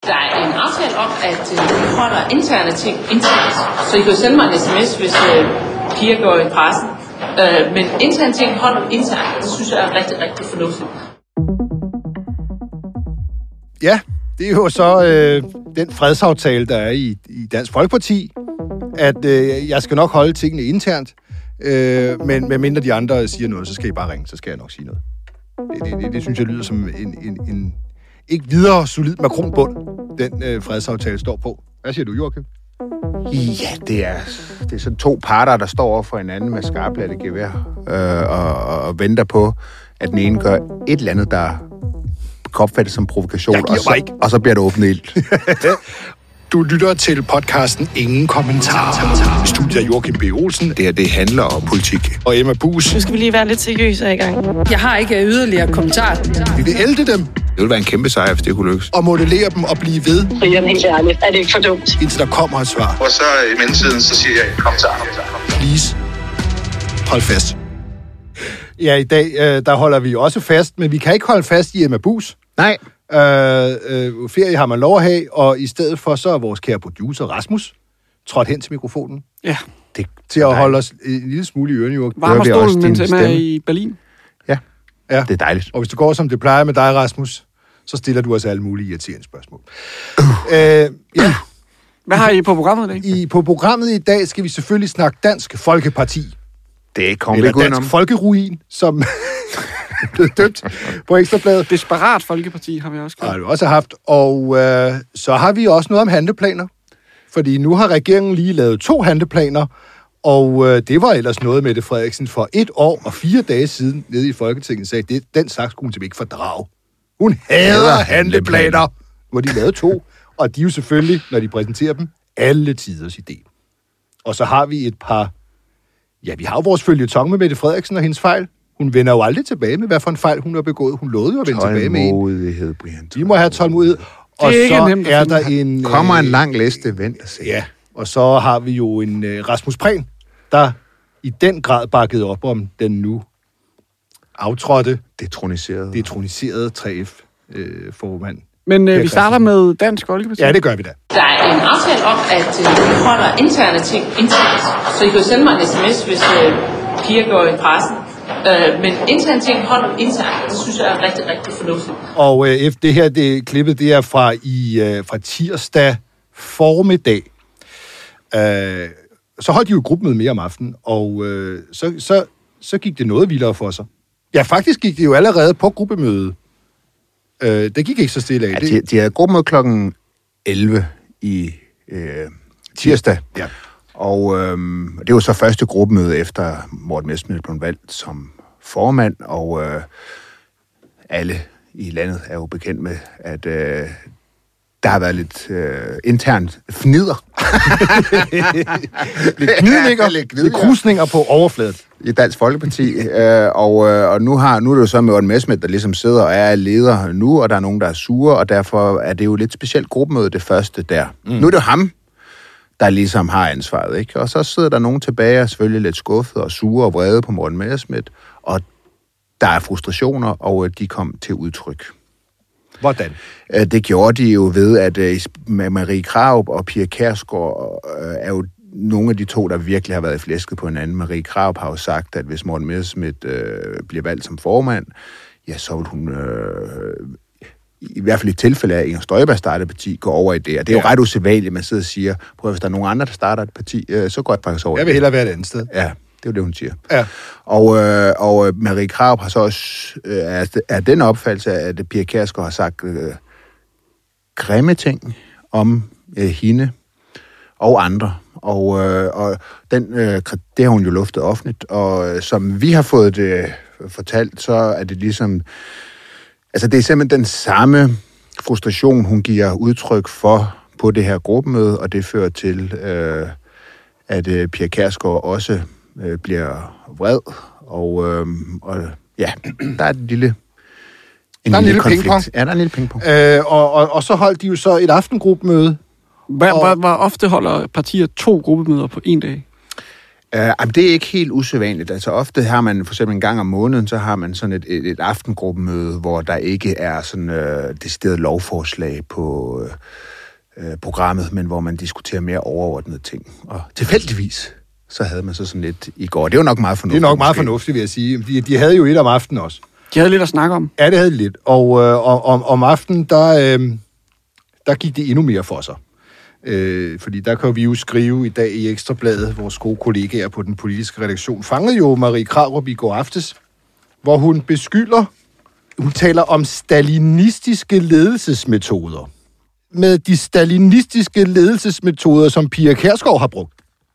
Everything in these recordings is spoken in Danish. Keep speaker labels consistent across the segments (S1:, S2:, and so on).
S1: Der er en aftale om, at vi holder interne ting internt. Så I kan sende mig en sms, hvis piger går i pressen. Men interne ting holder vi internt. Det synes jeg er rigtig, rigtig fornuftigt.
S2: Ja, det er jo så den fredsaftale, der er i Dansk Folkeparti, at jeg skal nok holde tingene internt, men medmindre de andre siger noget, så skal I bare ringe, så skal jeg nok sige noget. Det synes jeg lyder som en ikke videre solid makronbund, den fredsaftale står på. Hvad siger du, Joachim?
S3: Ja, det er sådan to parter, der står over for hinanden med skarplatte gevær og venter på, at den ene gør et eller andet, der kan opfattes som provokation, og så bliver det åbnet ild.
S2: Du lytter til podcasten Ingen Kommentarer. Studiet Joachim B. Olsen.
S3: Det her, det handler om politik.
S2: Og Emma Buus.
S4: Nu skal vi lige være lidt seriøse i gang. Jeg har ikke yderligere kommentarer.
S2: Vi vil elde dem.
S3: Det ville være en kæmpe sejr, hvis det kunne lykkes.
S2: Og modellere dem og blive ved.
S5: Brian, helt ærligt, er det ikke for dumt?
S2: Indtil der kommer et svar.
S6: Og så i mellemtiden, så siger jeg kommentarer.
S2: Please. Hold fast. Ja, i dag, der holder vi også fast, men vi kan ikke holde fast i Emma Buus.
S3: Nej.
S2: Ferie har man lov at have, og i stedet for, så er vores kære producer Rasmus trådt hen til mikrofonen.
S7: Ja.
S2: Til at holde os en lille smule i ørene, Joachim.
S7: Varmer stolen, mens Emma er i Berlin.
S3: Ja, det er dejligt.
S2: Og hvis det går, som det plejer med dig, Rasmus, så stiller du os alle mulige irriterende spørgsmål. Ja.
S7: Hvad har I på programmet i dag?
S2: På programmet i dag skal vi selvfølgelig snakke Dansk Folkeparti.
S3: Det kommer ikke udenom.
S2: Dansk Folkeruin, som blev døbt på Ekstrabladet.
S7: Desperat Folkeparti har vi også
S2: har du også haft. Og så har vi også noget om handleplaner. Fordi nu har regeringen lige lavet 2 handleplaner, og det var ellers noget, Mette Frederiksen for 1 år og 4 dage siden nede i Folketinget sagde, den slags kunne hun simpelthen ikke fordrage. Hun hader handleplaner, hvor de lavede 2, og de er jo selvfølgelig, når de præsenterer dem, alle tiders idé. Og så har vi et par... Ja, vi har jo vores føljeton med Mette Frederiksen og hendes fejl. Hun vender jo aldrig tilbage med, hvad for en fejl hun har begået. Hun lovede jo at vende tilbage med en.
S3: Tålmodighed, Brian.
S2: Vi må have tålmodighed. Og så er der en...
S3: Kommer en lang liste, vent og se.
S2: Ja, og så har vi jo en Rasmus Prehn, der i den grad bakkede op om den nu aftrådte, detroniserede 3F-formand.
S7: Men vi starter med Dansk Folkeparti.
S2: Ja, det gør vi da.
S1: Der er en aftale om, at vi holder interne ting internt. Så I kan sende mig en sms, hvis piger går i pressen. Men interne ting holder vi internt. Det synes jeg er rigtig, rigtig fornuftigt.
S2: Og det her klippet, det er fra tirsdag formiddag. Så holdt de jo et gruppemøde mere om aftenen, og så gik det noget vildere for sig. Ja, faktisk gik det jo allerede på gruppemødet. Det gik ikke så stille af.
S3: Ja, de havde gruppemøde klokken 11 i tirsdag. Ja. Og det var så første gruppemøde efter Morten Messerschmidt blev valgt som formand, og alle i landet er jo bekendt med, at der har været lidt internt fnider.
S2: lidt krusninger på overfladen.
S3: I Dansk Folkeparti. Og nu er det jo så med Morten Messerschmidt, der ligesom sidder og er leder nu, og der er nogen, der er sure, og derfor er det jo lidt specielt gruppemøde, det første der. Nu er det jo ham, der ligesom har ansvaret, ikke? Og så sidder der nogen tilbage og selvfølgelig lidt skuffet og sure og vrede på Morten Messerschmidt, og der er frustrationer, og de kom til udtryk.
S2: Hvordan?
S3: Det gjorde de jo ved, at Marie Krarup og Pia Kjærsgaard er jo nogle af de to, der virkelig har været i flæsket på hinanden. Marie Krarup har jo sagt, at hvis Morten Messerschmidt bliver valgt som formand, ja, så vil hun... i hvert fald i tilfælde af, at Inger Støjberg starter et parti, går over i det. Og det er jo ret usædvanligt, at man sidder og siger, prøv at hvis der er nogen andre, der starter et parti, så går jeg faktisk over.
S2: Jeg vil hellere være et andet sted.
S3: Ja, det er jo det, hun siger.
S2: Ja.
S3: Og Marie Krarup har så også er den opfattelse, at Pia Kjærsgaard har sagt grimme ting om hende og andre. Og det har hun jo luftet offentligt. Og som vi har fået det fortalt, så er det ligesom... Altså, det er simpelthen den samme frustration, hun giver udtryk for på det her gruppemøde, og det fører til, at Pia Kjærsgaard også bliver vred, og ja, der er en lille konflikt.
S2: Pingpong.
S3: Ja, der er en lille pingpong.
S2: Og så holdt de jo så et aftengruppemøde.
S7: Hvor ofte holder partier 2 gruppemøder på en dag?
S3: Det er ikke helt usædvanligt. Altså ofte har man for eksempel en gang om måneden, så har man sådan et aftengruppemøde, hvor der ikke er sådan decideret lovforslag på programmet, men hvor man diskuterer mere overordnede ting. Og tilfældigvis, så havde man så sådan lidt i går. Det er jo nok meget fornuftigt.
S2: Det er nok meget fornuftigt, vil jeg sige. De havde jo et om aftenen også.
S7: De havde lidt at snakke om.
S2: Ja, det havde de lidt. Og om aftenen, der gik det endnu mere for sig. Fordi der kan vi jo skrive i dag i Ekstrabladet, vores gode kollegaer på den politiske redaktion, fangede jo Marie Krarup i går aftes, hvor hun taler om stalinistiske ledelsesmetoder. Med de stalinistiske ledelsesmetoder, som Pia Kjærsgaard har brugt.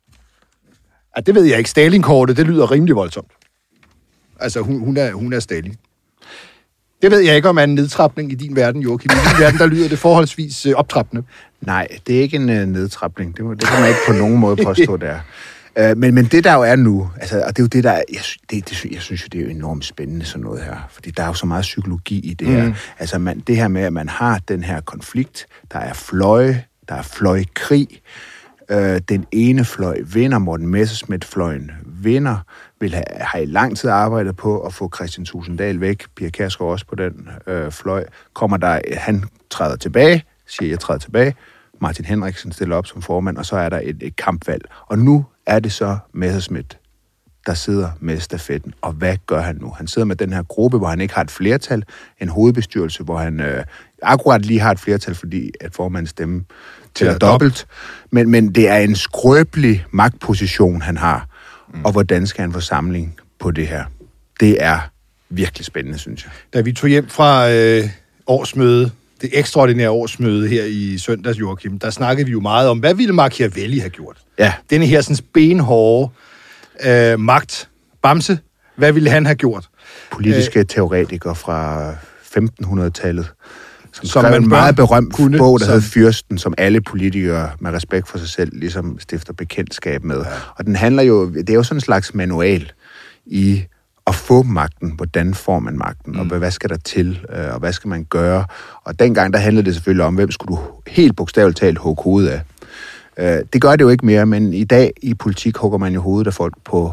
S2: Det ved jeg ikke. Stalin-kortet, det lyder rimelig voldsomt. Altså, hun er Stalin. Det ved jeg ikke, om er en nedtrapning i din verden, Joachim. I din verden, der lyder det forholdsvis optrappende.
S3: Nej, det er ikke en nedtrapning. Det kan man ikke på nogen måde påstå, det er. Men det, der jo er nu, altså, og det er jo det, der jeg synes jo, det er jo enormt spændende, sådan noget her. Fordi der er jo så meget psykologi i det her. Altså, det her med, at man har den her konflikt, der er fløjkrig. Den ene fløj vinder, Morten Messerschmidt-fløjen vinder, har i lang tid arbejdet på at få Kristian Thulesen Dahl væk. Pia Kjærsgaard også på den fløj. Han træder tilbage, siger jeg træder tilbage. Martin Henriksen stiller op som formand, og så er der et kampvalg. Og nu er det så Messerschmidt, der sidder med stafetten. Og hvad gør han nu? Han sidder med den her gruppe, hvor han ikke har et flertal, en hovedbestyrelse, hvor han akkurat lige har et flertal, fordi at formandens stemme tæller dobbelt. Men det er en skrøbelig magtposition, han har. Og hvordan skal han få samling på det her? Det er virkelig spændende, synes jeg. Da vi tog hjem fra årsmøde, det ekstraordinære årsmøde her i søndags, Joachim, der snakkede vi jo meget om, hvad ville Machiavelli have gjort? Ja. Denne her sådan benhårde magt. Bamse, hvad ville han have gjort? Politiske teoretikere fra 1500-tallet, som skrev en meget berømt bog, der hed Fyrsten, som alle politikere med respekt for sig selv ligesom stifter bekendtskab med. Ja. Og den handler jo, det er jo sådan en slags manual i at få magten. Hvordan får man magten, og hvad skal der til, og hvad skal man gøre? Og dengang, der handlede det selvfølgelig om, hvem skulle du helt bogstaveligt talt hugge hovedet af. Det gør det jo ikke mere, men i dag i politik hugger man jo hovedet af folk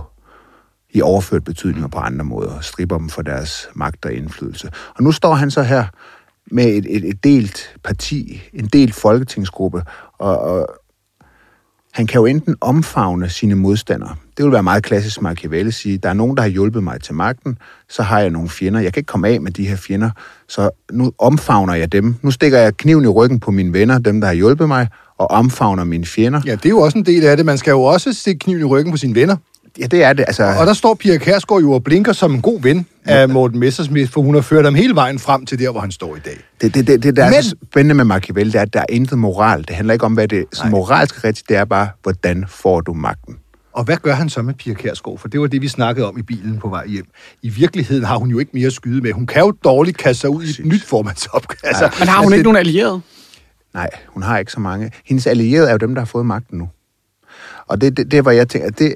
S3: i overført betydninger på andre måder, og stripper dem for deres magt og indflydelse. Og nu står han så her med et delt parti, en delt folketingsgruppe, og han kan jo enten omfavne sine modstandere. Det vil være meget klassisk Machiavelli at sige, der er nogen, der har hjulpet mig til magten, så har jeg nogle fjender. Jeg kan ikke komme af med de her fjender, så nu omfavner jeg dem. Nu stikker jeg kniven i ryggen på mine venner, dem, der har hjulpet mig, og omfavner mine fjender. Ja, det er jo også en del af det. Man skal jo også stikke kniven i ryggen på sine venner. Ja, det er det. Altså. Og der står Pia Kjærsgaard jo og blinker som en god ven af Morten Messerschmidt, for hun har ført ham hele vejen frem til der, hvor han står i dag. Det der er så spændende med Machiavelli, det er, at der er intet moral. Det handler ikke om, hvad det er moralsk rigtigt, det er bare, hvordan får du magten. Og hvad gør han så med Pia Kjærsgaard? For det var det, vi snakkede om i bilen på vej hjem. I virkeligheden har hun jo ikke mere at skyde med. Hun kan jo dårligt kaste sig ud i et nyt formandsopgave. Altså,
S7: men har hun ikke nogen allierede?
S3: Nej, hun har ikke så mange. Hendes allierede er jo dem, der har fået magten nu. Og det var jeg tænker,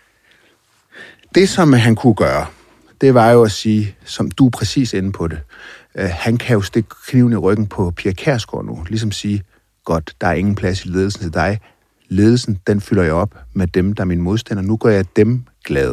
S3: det, som han kunne gøre, det var jo at sige, som du er præcis inde på det, han kan jo stikke kniven i ryggen på Pia Kjærsgaard nu. Ligesom sige, godt, der er ingen plads i ledelsen til dig. Ledelsen, den fylder jeg op med dem, der er mine modstandere. Nu gør jeg dem glade.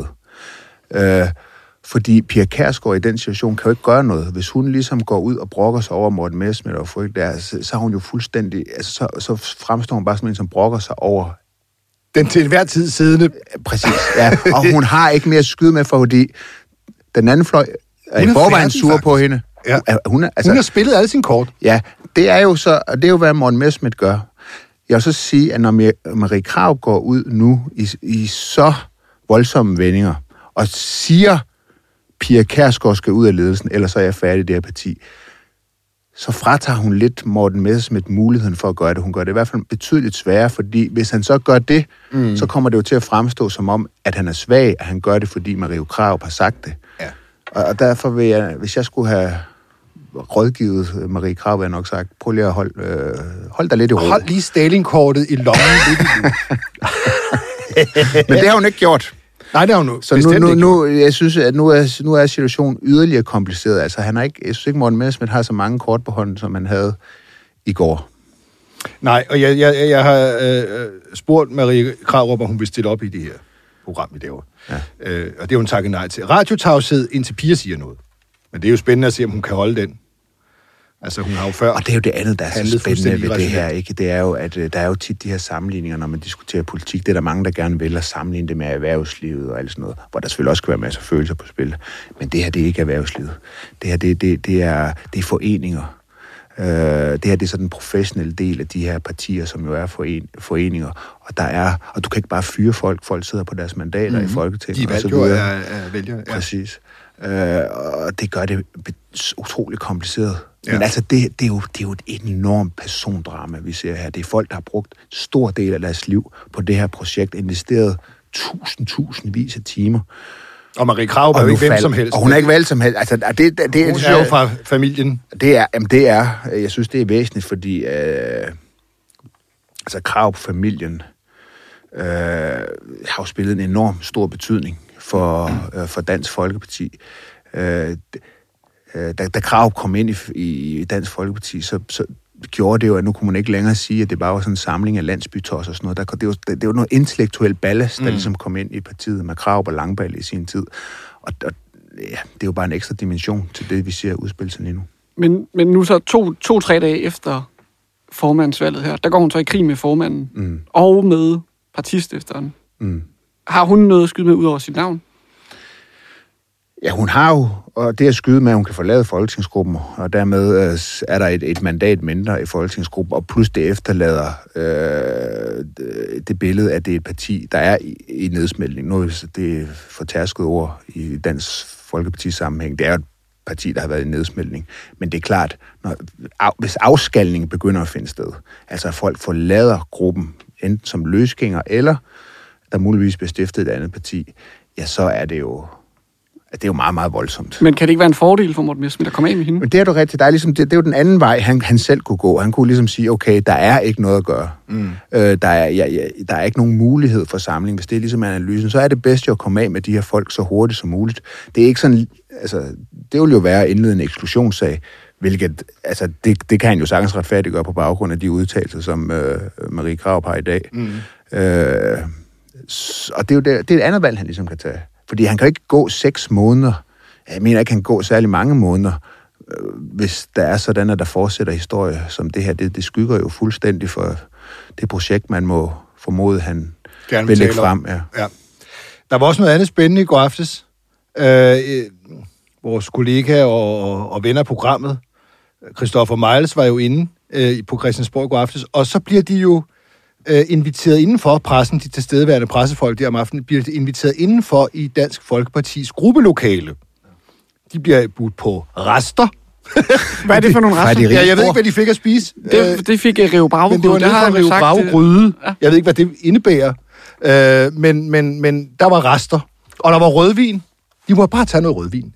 S3: Fordi Pia Kjærsgaard i den situation kan jo ikke gøre noget. Hvis hun ligesom går ud og brokker sig over Morten Messerschmidt og frygt der, så har hun jo fuldstændig, altså så fremstår hun bare som en, som brokker sig over den til enhver tid siddende. Præcis, ja. Og hun har ikke mere at skyde med, fordi den anden fløj er i forvejen sur på hende. Ja. Hun har spillet alle sine kort. Ja, det er jo så, og det er jo, hvad Morten Messerschmidt gør. Jeg vil så sige, at når Marie Krarup går ud nu i så voldsomme vendinger, og siger, Pia Kjærsgaard skal ud af ledelsen, ellers så er jeg færdig i det her parti, så fratager hun lidt Morten Messerschmidt muligheden for at gøre det. Hun gør det i hvert fald betydeligt sværere, fordi hvis han så gør det, så kommer det jo til at fremstå som om, at han er svag, at han gør det, fordi Marie Krarup har sagt det. Ja. Og derfor vil jeg, hvis jeg skulle have rådgivet Marie Krarup, jeg nok sagt, prøv lige at holde dig lidt i ro. Hold lige Stalin-kortet i lommen lidt i nu. Men det har hun ikke gjort. Nej, det har hun nu. Så nu jeg synes, at nu er situationen yderligere kompliceret. Altså, jeg synes ikke, Morten Messerschmidt har så mange kort på hånden, som han havde i går. Nej, og jeg har spurgt Marie Krarup, om hun vil stille op i det her.
S2: program, vi laver. Ja. Og det er hun takket nej til. Radiotavshed, indtil Pia siger noget. Men det er jo spændende at se, om hun kan holde den. Altså, hun har jo før...
S3: Og det er jo det andet, der er så spændende ved det her, ikke? Det er jo, at der er jo tit de her sammenligninger, når man diskuterer politik. Det er der mange, der gerne vil at sammenligne det med erhvervslivet og alt sådan noget, hvor der selvfølgelig også kan være masser af følelser på spil. Men det her, det er ikke erhvervslivet. Det her, det er foreninger. Det her, det er sådan en professionel del af de her partier, som jo er foreninger. Og du kan ikke bare fyre folk. Folk sidder på deres mandater i Folketinget.
S2: De valgte jo af vælgere. Ja.
S3: Præcis. Og det gør det utroligt kompliceret. Ja. Men altså, det er jo et enormt persondrama, vi ser her. Det er folk, der har brugt en stor del af deres liv på det her projekt, investeret tusindvis af timer.
S2: Og Marie Krarup er jo ikke hvem som helst.
S3: Og hun er ikke valgt som helst. Altså, det
S2: hun er jo fra familien.
S3: Jeg synes, det er væsentligt, fordi Krarup-familien har jo spillet en enorm stor betydning for Dansk Folkeparti. Da Krarup kom ind i Dansk Folkeparti, så gjorde det jo, at nu kunne man ikke længere sige, at det bare var sådan en samling af landsbytos og sådan noget. Det var noget intellektuel ballast, der ligesom kom ind i partiet med Krarup og Langballe i sin tid. Og ja, det er jo bare en ekstra dimension til det, vi ser udspille sig lige nu.
S7: Men nu så 2-3 dage efter formandsvalget her, der går hun så i krig med formanden og med partistifteren. Har hun noget at skyde med ud over sit navn?
S3: Ja, hun har jo, og det at skyde med, at hun kan forlade folketingsgruppen, og dermed er der et mandat mindre i folketingsgruppen, og plus det efterlader det billede, at det er et parti, der er i nedsmeltning. Nu er det fortærsket ord i Dansk Folkepartis sammenhæng. Det er et parti, der har været i nedsmeltning. Men det er klart, hvis afskalning begynder at finde sted, altså at folk forlader gruppen, enten som løsgænger, eller der muligvis bliver stiftet et andet parti, ja, så er det jo... Det er jo meget, meget voldsomt.
S7: Men kan det ikke være en fordel for Morten Messerschmidt at komme af med hende?
S3: Men det er du rigtigt. Det er jo den anden vej, han selv kunne gå. Han kunne ligesom sige, okay, der er ikke noget at gøre. Der er ikke nogen mulighed for samling. Hvis det er ligesom analysen, så er det bedst jo at komme af med de her folk så hurtigt som muligt. Det er ikke sådan... Altså, det vil jo være at indlede en eksklusionssag, hvilket... Altså, det kan han jo sagtens retfærdiggøre på baggrund af de udtalelser, som Marie Krarup har i dag. Og det er et andet valg, han ligesom kan tage. Fordi han kan ikke gå 6 måneder. Jeg mener ikke, han kan gå særlig mange måneder, hvis der er sådan, at der fortsætter historie som det her. Det skygger jo fuldstændig for det projekt, man må formode, han vil lægge frem. Ja.
S2: Der var også noget andet spændende i går aftes. Vores kollega og venner af programmet, Christoffer Miles, var jo inde på Christiansborg i går aftes, og så bliver de jo inviteret indenfor, pressen, de tilstedeværende pressefolk der om aftenen, bliver inviteret indenfor i Dansk Folkepartis gruppelokale. De bliver budt på rester.
S7: Hvad er det for nogle rester?
S2: Ja, jeg ved ikke, hvad de fik at spise.
S7: Det fik Rio Bravo.
S2: Men det var noget fra Rio Bravo-gryde. Ja. Jeg ved ikke, hvad det indebærer. Men der var rester. Og der var rødvin. De må bare tage noget rødvin.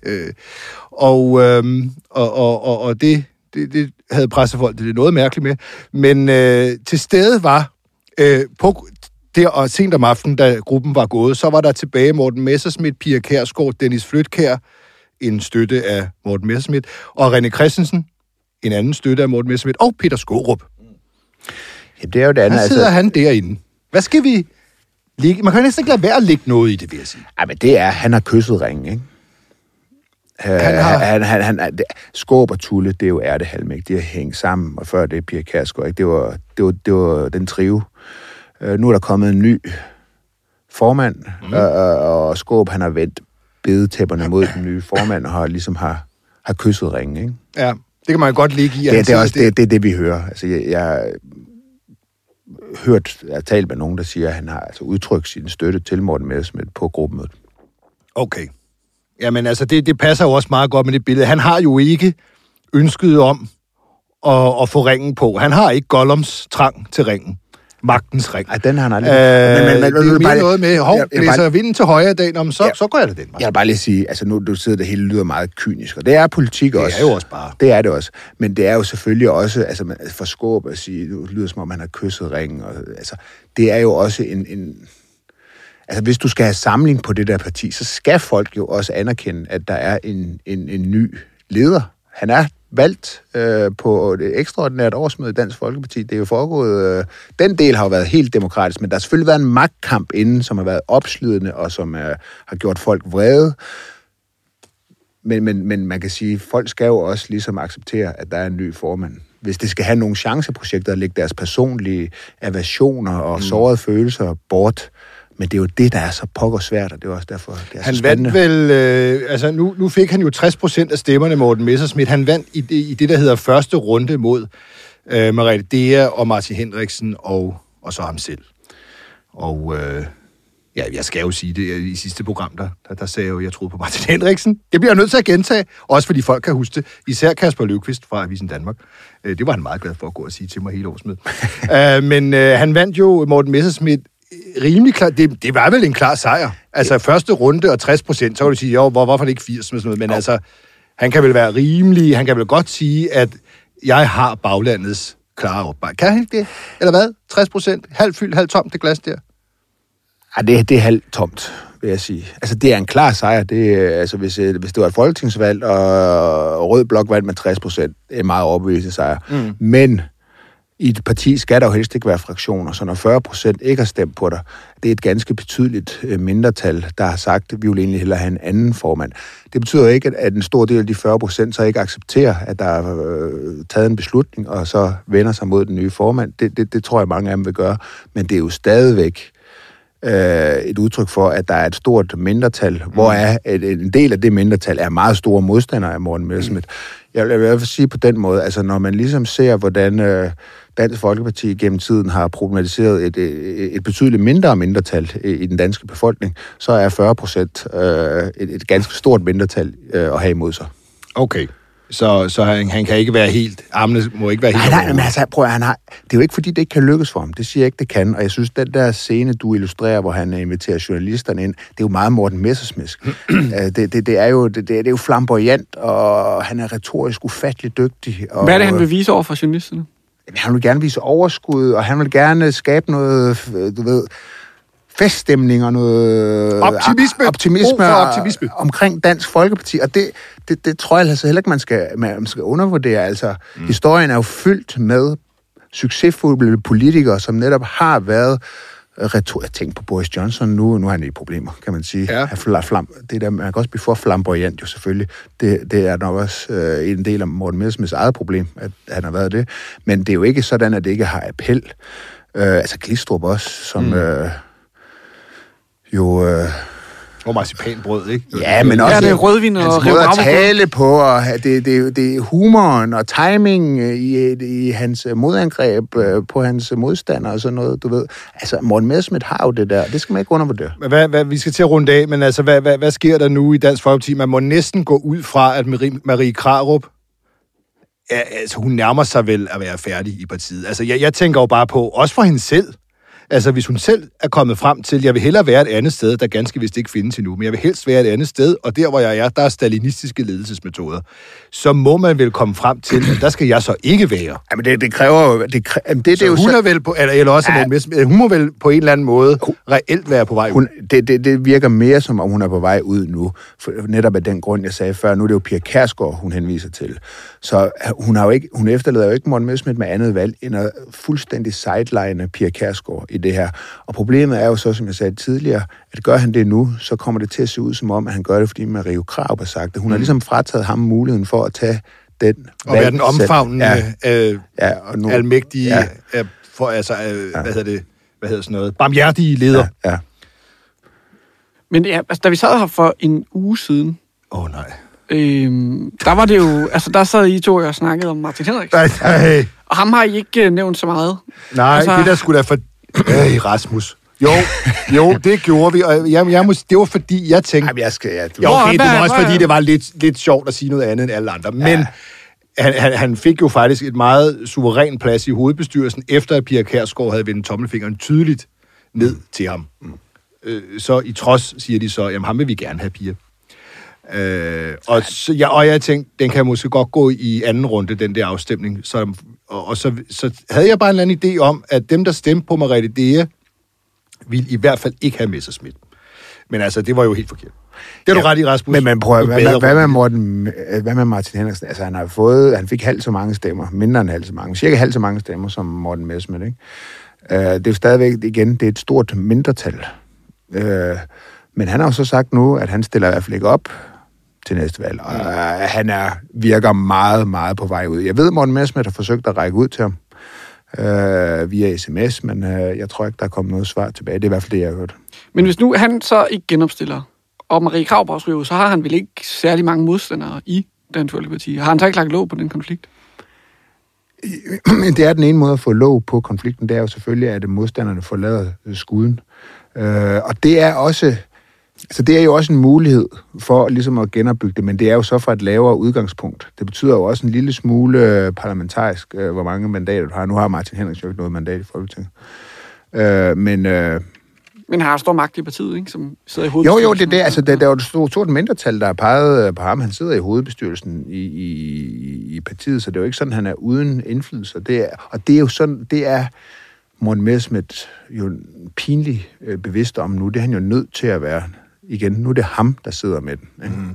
S2: Og det havde pressefolk det noget mærkeligt med. Men til stede var på der og sent om aftenen, da gruppen var gået, så var der tilbage Morten Messerschmidt, Pia Kjærsgaard, Dennis Flydtkjær, en støtte af Morten Messerschmidt, og René Christensen, en anden støtte af Morten Messerschmidt, og Peter Skaarup.
S3: Ja, det er jo det andet.
S2: Hvad sidder han derinde? Hvad skal vi ligge? Man kan næsten ikke lade være at lægge noget i det, vil jeg sige.
S3: Ja, men det er, han har kysset ringen, ikke? Skåb og Tulle, det er jo ærtehalmæk. De har hængt sammen, og før det er Pia Kjærsgaard, ikke? Det var den trio. Nu er der kommet en ny formand, og Skåb, han har vendt bedetæpperne mod den nye formand, og har kysset ringen, ikke? Ja,
S2: det kan man jo godt ligge i.
S3: Det er også det, vi hører. Altså, jeg har talt med nogen, der siger, at han har altså udtrykt sin støtte til Morten Messerschmidt på gruppemødet.
S2: Okay. Jamen altså, det passer jo også meget godt med det billede. Han har jo ikke ønsket om at få ringen på. Han har ikke Gollums trang til ringen. Magtens ring.
S3: Ej, den har han aldrig.
S2: Det er mere noget med, blæser vinden til højre i dag, så går jeg da den vej.
S3: Jeg vil bare lige sige, altså nu du sidder det hele lyder meget kynisk, og det er politik også.
S2: Det er jo også bare.
S3: Det er det også. Men det er jo selvfølgelig også, altså for Skåb at sige, det lyder som om han har kysset ringen, og altså, det er jo også en altså, hvis du skal have samling på det der parti, så skal folk jo også anerkende, at der er en ny leder. Han er valgt på et ekstraordinært årsmøde i Dansk Folkeparti. Det er jo foregået... den del har jo været helt demokratisk, men der har selvfølgelig været en magtkamp inden, som har været opslidende, og som har gjort folk vrede. Men man kan sige, at folk skal jo også ligesom acceptere, at der er en ny formand. Hvis det skal have nogle chanceprojekter at lægge deres personlige aversioner og sårede følelser bort. Men det er jo det, der er så pokker svært, og det er også derfor, det er
S2: han
S3: så spændende.
S2: Vandt vel... nu fik han jo 60% af stemmerne, Morten Messerschmidt. Han vandt i det, der hedder første runde mod Merete Dea og Martin Henriksen og så ham selv. Og... Ja, jeg skal jo sige det i sidste program, der sagde jeg jo, jeg troede på Martin Henriksen. Det bliver jeg nødt til at gentage, også fordi folk kan huske det. Især Kasper Løvqvist fra Avisen Danmark. Det var han meget glad for at gå og sige til mig hele årsmødet. Men han vandt jo Morten Messerschmidt rimelig klart. Det var vel en klar sejr. Altså første runde og 60%, så kan du sige, jo, hvorfor det ikke 80 med sådan noget. Men altså, han kan vel være rimelig, han kan vel godt sige, at jeg har baglandets klare opbakning. Kan han ikke det? Eller hvad? 60%? Halvt fyldt, halvt tomt det glas der?
S3: Ja, det er halvt tomt, vil jeg sige. Altså, det er en klar sejr. Altså, hvis det var et folketingsvalg, og Rød Blok vandt med 60%, det er meget overbevisende sejr. Men i et parti skal der jo helst ikke være fraktioner, så når 40% ikke har stemt på dig, det er et ganske betydeligt mindretal, der har sagt, at vi vil egentlig hellere have en anden formand. Det betyder ikke, at en stor del af de 40% så ikke accepterer, at der er taget en beslutning, og så vender sig mod den nye formand. Det tror jeg, mange af dem vil gøre. Men det er jo stadigvæk et udtryk for, at der er et stort mindretal, hvor en del af det mindretal er meget store modstandere af Morten Messerschmidt. Jeg vil i hvert fald sige på den måde, altså når man ligesom ser, hvordan Dansk Folkeparti gennem tiden har problematiseret et betydeligt mindretal i den danske befolkning, så er 40% et ganske stort mindretal at have imod sig.
S2: Okay. Så han kan ikke være helt... Armene må ikke være helt...
S3: Nej, men altså, prøv at det er jo ikke, fordi det ikke kan lykkes for ham. Det siger jeg ikke, det kan. Og jeg synes, den der scene, du illustrerer, hvor han inviterer journalisterne ind, det er jo meget Morten Messerschmidt. det er jo flamboyant, og han er retorisk ufattelig dygtig. Og,
S7: hvad er det, han vil vise over for journalisterne?
S3: Han vil gerne vise overskud, og han vil gerne skabe noget, du ved... feststemning og noget optimisme omkring Dansk Folkeparti, og det tror jeg altså heller ikke, man skal undervurdere. Altså, historien er jo fyldt med succesfulde politikere, som netop har været jeg tænker på Boris Johnson nu er han i problemer, kan man sige. Ja. Det der, man kan også blive for flamboyant jo selvfølgelig. Det er nok også en del af Morten Messerschmidts eget problem, at han har været det. Men det er jo ikke sådan, at det ikke har appel. Altså Glistrup også, som...
S2: Og marcipanbrød, ikke?
S3: Ja, men også...
S7: Ja, det er rødvin og
S3: hans måde at tale på, og det er humoren og timing i hans modangreb på hans modstandere og sådan noget, du ved. Altså, Morten Messerschmidt har jo det der. Det skal man ikke undervurdere.
S2: Vi skal til at runde af, men altså, hvad sker der nu i Dansk Folkeparti? Man må næsten gå ud fra, at Marie Krarup, altså, hun nærmer sig vel at være færdig i partiet. Altså, jeg tænker jo bare på, også for hende selv, altså, hvis hun selv er kommet frem til, jeg vil hellere være et andet sted, der ganske vist ikke findes endnu, men jeg vil helst være et andet sted, og der, hvor jeg er, der er stalinistiske ledelsesmetoder, så må man vel komme frem til, at der skal jeg så ikke være.
S3: Jamen, det kræver jo... Det er jo
S2: hun er vel på... Eller også, hun må vel på en eller anden måde reelt være på vej ud.
S3: Det virker mere, som om hun er på vej ud nu. For netop af den grund, jeg sagde før, nu er det jo Pia Kjærsgaard, hun henviser til. Så hun efterlader jo ikke Morten Messerschmidt med andet valg, end at fuldstændig sideline Pia Kjærsgaard i det her. Og problemet er jo så, som jeg sagde tidligere, at gør han det nu, så kommer det til at se ud som om, at han gør det, fordi Marie Krarup har sagt det. Hun har ligesom frataget ham muligheden for at tage den
S2: og være den omfavnende, almægtige, hvad hedder sådan noget, barmhjertige leder.
S3: Ja.
S7: Men ja, altså, da vi sad her for en uge siden...
S2: nej.
S7: Der var det jo... Altså, der sad I to og snakkede om Martin Henriksen.
S2: Nej.
S7: Og ham har I ikke nævnt så meget.
S2: Nej, altså, det der skulle da for... Rasmus. Jo, det gjorde vi, og det var fordi, jeg tænkte...
S3: Jamen,
S2: det var også fordi, det var lidt sjovt at sige noget andet end alle andre, men han fik jo faktisk et meget suveræn plads i hovedbestyrelsen, efter at Pia Kjærsgaard havde vendt tommelfingeren tydeligt ned til ham. Så i trods siger de så, jamen ham vil vi gerne have, Pia. Og jeg tænkte, den kan måske godt gå i anden runde, den der afstemning. Så havde jeg bare en eller anden idé om, at dem, der stemte på Merete Dea, ville i hvert fald ikke have Messerschmidt. Men altså, det var jo helt forkert. Det er du ret i, Rasmus.
S3: Men prøv, hvad med Martin Henriksen? Altså, han fik halvt så mange stemmer, mindre end halvt så mange, cirka halvt så mange stemmer som Morten Messerschmidt, ikke? Det er jo stadigvæk, igen, det er et stort mindretal. Men han har jo så sagt nu, at han stiller i hvert fald ikke op til næste valg, og han virker meget, meget på vej ud. Jeg ved, at Morten Messerschmidt har forsøgt at række ud til ham via sms, men jeg tror ikke, der er kommet noget svar tilbage. Det er i hvert fald det, jeg har hørt.
S7: Men hvis nu han så ikke genopstiller, og Marie Krarup også ryger, så har han vel ikke særlig mange modstandere i Dansk Folkeparti. Har han så ikke lagt låg på den konflikt?
S3: Det er den ene måde at få låg på konflikten, det er jo selvfølgelig, at modstanderne forlader skuden. Og det er også... Så det er jo også en mulighed for ligesom at genopbygge det, men det er jo så fra et lavere udgangspunkt. Det betyder jo også en lille smule parlamentarisk, hvor mange mandater du har. Nu har Martin Henriksen jo ikke noget mandat i Folketinget.
S7: Men har stor magt i partiet, ikke? Som sidder i hovedbestyrelsen?
S3: Jo, det er det. Altså, der er jo et stort mindretal, der har peget på ham. Han sidder i hovedbestyrelsen i partiet, så det er jo ikke sådan, han er uden indflydelse. Og det er jo sådan, det er Morten Messerschmidt jo pinligt bevidst om nu. Det er han jo nødt til at være igen. Nu er det ham, der sidder med den. Ikke? Mm.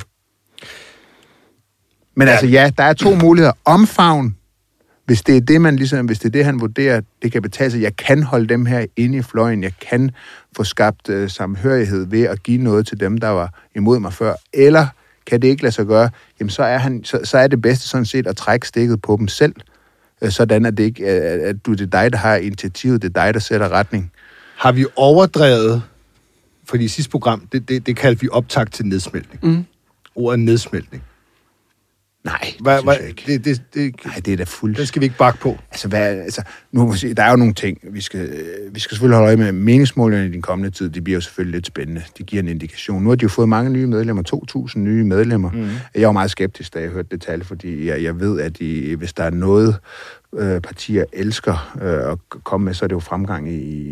S3: Men altså ja, der er to muligheder. Omfavn, hvis det er det, hvis det er det, han vurderer, det kan betale sig. Jeg kan holde dem her inde i fløjen. Jeg kan få skabt samhørighed ved at give noget til dem, der var imod mig før. Eller kan det ikke lade sig gøre, jamen så er det bedste sådan set at trække stikket på dem selv. Sådan at det ikke at det er dig, der har initiativet, det er dig, der sætter retning.
S2: Har vi overdrevet, fordi i sidste program, det kaldte vi optakt til nedsmeltning. Mm. Ordet nedsmeltning.
S3: Nej, det synes jeg ikke. Nej, det er da fuldt.
S2: Det skal vi ikke bakke på.
S3: Altså, nu må sige, der er jo nogle ting, vi skal selvfølgelig holde øje med. Meningsmålene i den kommende tid, de bliver jo selvfølgelig lidt spændende. De giver en indikation. Nu har de jo fået mange nye medlemmer, 2.000 nye medlemmer. Mm. Jeg var meget skeptisk, da jeg hørte det tal, fordi jeg ved, at hvis der er noget, partier elsker at komme med, så er det jo fremgang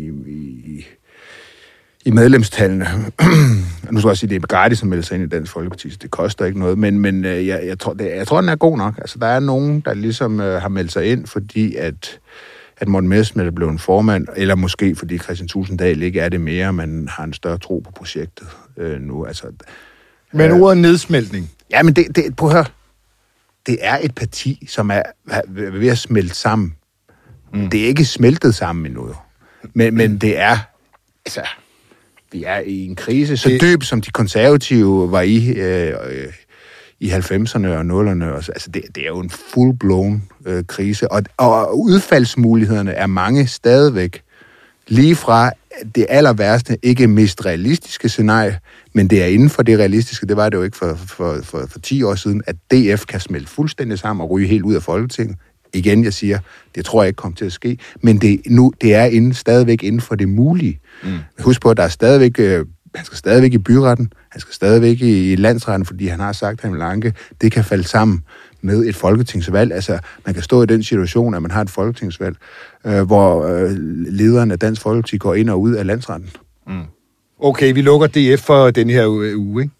S3: i medlemstallene. Nu skal jeg sige, det er gratis at melde sig ind i Dansk Folkeparti, så det koster ikke noget, men jeg tror, den er god nok. Altså, der er nogen, der ligesom har meldt sig ind, fordi at Morten Messerschmidt er blevet en formand, eller måske fordi Kristian Thulesen Dahl ikke er det mere, men har en større tro på projektet nu. Altså,
S2: men ordet nedsmeltning?
S3: Ja, men prøv at høre. Det er et parti, som er ved at smelte sammen. Mm. Det er ikke smeltet sammen endnu, men det er... Altså, vi er i en krise så dyb, som de konservative var i 90'erne og 0'erne. Altså, det er jo en full-blown krise. Og udfaldsmulighederne er mange stadigvæk. Lige fra det aller ikke mest realistiske scenarie, men det er inden for det realistiske. Det var det jo ikke for 10 år siden, at DF kan smelte fuldstændig sammen og ryge helt ud af Folketinget. Igen, jeg siger, det tror jeg ikke kommer til at ske, men det er stadigvæk inden for det mulige. Mm. Husk på, at der er stadigvæk, han skal stadigvæk i byretten, han skal stadigvæk i landsretten, fordi han har sagt, at han vil anke. Det kan falde sammen med et folketingsvalg. Altså, man kan stå i den situation, at man har et folketingsvalg, hvor lederen af Dansk Folkeparti går ind og ud af landsretten. Mm.
S2: Okay, vi lukker DF for den her uge, ikke?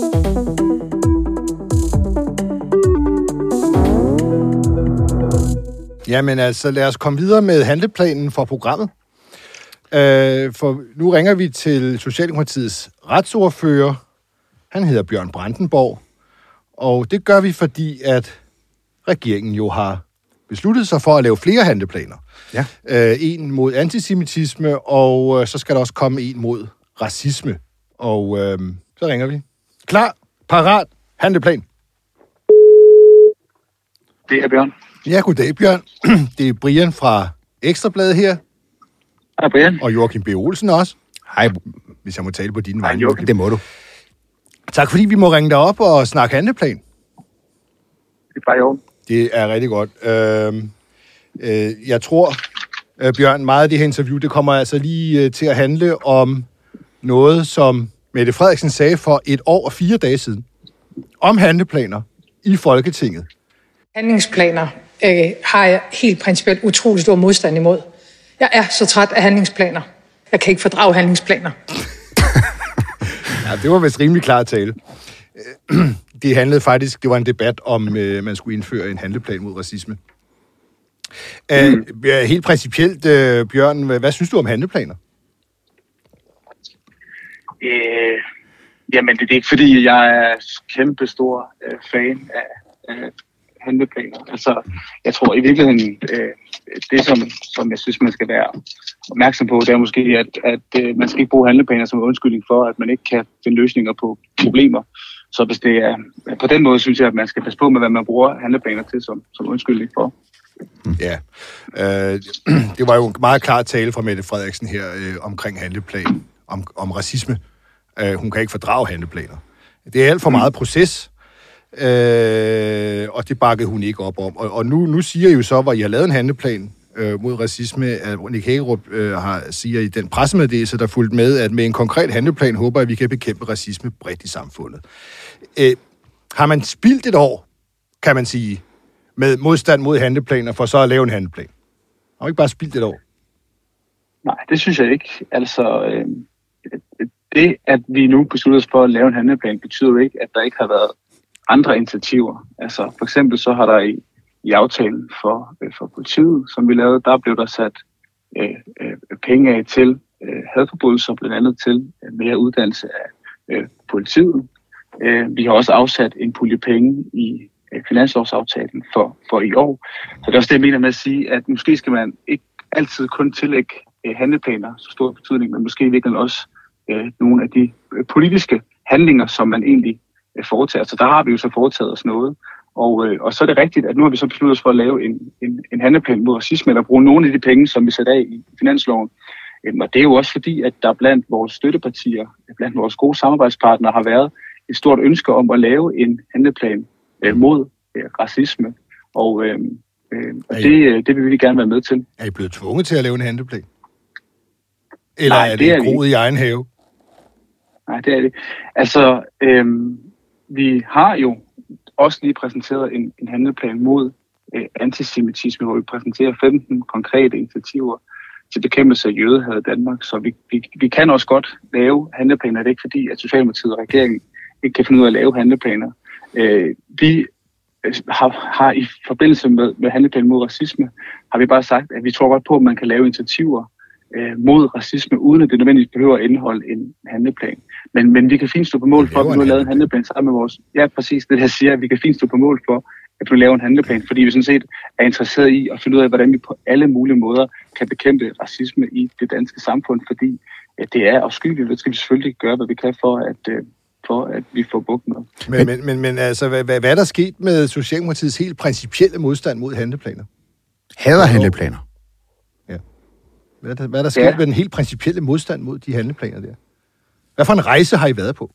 S2: Jamen altså, lad os komme videre med handleplanen for programmet. For nu ringer vi til Socialdemokratiets retsordfører. Han hedder Bjørn Brandenborg. Og det gør vi, fordi at regeringen jo har besluttet sig for at lave flere handleplaner. Ja. En mod antisemitisme, og så skal der også komme en mod racisme. Og så ringer vi. Klar, parat, handleplan.
S8: Det er Bjørn.
S2: Ja, goddag, Bjørn. Det er Brian fra Ekstrabladet her.
S8: Hej, Brian.
S2: Og Joachim B. Olsen også.
S3: Hej.
S2: Hvis jeg må tale på dine vegne.
S3: Det må du.
S2: Tak, fordi vi må ringe dig op og snakke handleplan.
S8: Det er bare i orden.
S2: Det er rigtig godt. Jeg tror, Bjørn, meget af det her interview, det kommer altså lige til at handle om noget, som Mette Frederiksen sagde for 1 år og 4 dage siden. Om handleplaner i Folketinget.
S9: Handlingsplaner har jeg helt principielt utrolig stor modstand imod. Jeg er så træt af handlingsplaner. Jeg kan ikke fordrage handlingsplaner.
S2: Ja, det var vist rimelig klar tale. Det handlede faktisk, det var en debat om, man skulle indføre en handleplan mod racisme. Helt principielt, Bjørn, hvad synes du om handleplaner?
S8: Jamen, det er ikke fordi, jeg er kæmpestor fan af handleplaner. Altså, jeg tror i virkeligheden, det som jeg synes, man skal være opmærksom på, det er måske, at man skal ikke bruge handleplaner som undskyldning for, at man ikke kan finde løsninger på problemer. Så hvis det er på den måde, synes jeg, at man skal passe på med, hvad man bruger handleplaner til som undskyldning for.
S2: Ja, det var jo meget klart tale fra Mette Frederiksen her omkring handleplan, om racisme. Hun kan ikke fordrage handleplaner. Det er alt for meget proces, og det bakkede hun ikke op om. Og nu siger I jo så, hvor I har lavet en handleplan mod racisme, at Nick Hækkerup siger i den pressemeddelelse, der fulgte med, at med en konkret handleplan håber at vi kan bekæmpe racisme bredt i samfundet. Har man spildt et år, kan man sige, med modstand mod handleplaner, for så at lave en handleplan? Har man ikke bare spildt et år?
S8: Nej, det synes jeg ikke. Altså, det, at vi nu beslutter os for at lave en handleplan, betyder jo ikke, at der ikke har været andre initiativer. Altså, for eksempel så har der i aftalen for politiet, som vi lavede, der blev der sat penge af til hadforbrydelser, blandt andet til mere uddannelse af politiet. Vi har også afsat en pulje penge i finanslovsaftalen for i år. Så det er også det, jeg mener med at sige, at måske skal man ikke altid kun tillægge handleplaner så stor betydning, men måske virkelig også nogle af de politiske handlinger, som man egentlig foretager. Så der har vi jo så foretaget os noget. Og så er det rigtigt, at nu har vi så besluttet os for at lave en handleplan mod racisme, eller bruge nogle af de penge, som vi sætter af i finansloven. Og det er jo også fordi, at der blandt vores støttepartier, blandt vores gode samarbejdspartnere, har været et stort ønske om at lave en handleplan mod racisme. Og det vil vi gerne være med til.
S2: Er I blevet tvunget til at lave en handleplan? Eller
S8: Nej,
S2: er det groet i egen have?
S8: Nej, det er det. Altså, vi har jo også lige præsenteret en handleplan mod antisemitisme, hvor vi præsenterer 15 konkrete initiativer til bekæmpelse af jødehad i Danmark. Så vi kan også godt lave handleplaner. Det er ikke fordi, at Socialdemokratiet og regeringen ikke kan finde ud af at lave handleplaner. Vi har i forbindelse med handleplanen mod racisme, har vi bare sagt, at vi tror godt på, at man kan lave initiativer mod racisme, uden at det nødvendigvis behøver at indeholde en handleplan. Men vi kan fint stå på mål for, at vi nu har lavet en handleplan sammen med vores... Ja, præcis det, jeg siger, at vi kan fint stå på mål for, at vi laver en handleplan, fordi vi sådan set er interesseret i at finde ud af, hvordan vi på alle mulige måder kan bekæmpe racisme i det danske samfund, fordi det er afskyeligt. Det skal vi selvfølgelig gøre, hvad vi kan for at vi får bugt med.
S2: Men altså, hvad er der sket med Socialdemokratiets helt principielle modstand mod handleplaner?
S3: Hader handleplaner?
S2: Hvad er der sket med den helt principielle modstand mod de handleplaner der? Hvad for en rejse har I været på?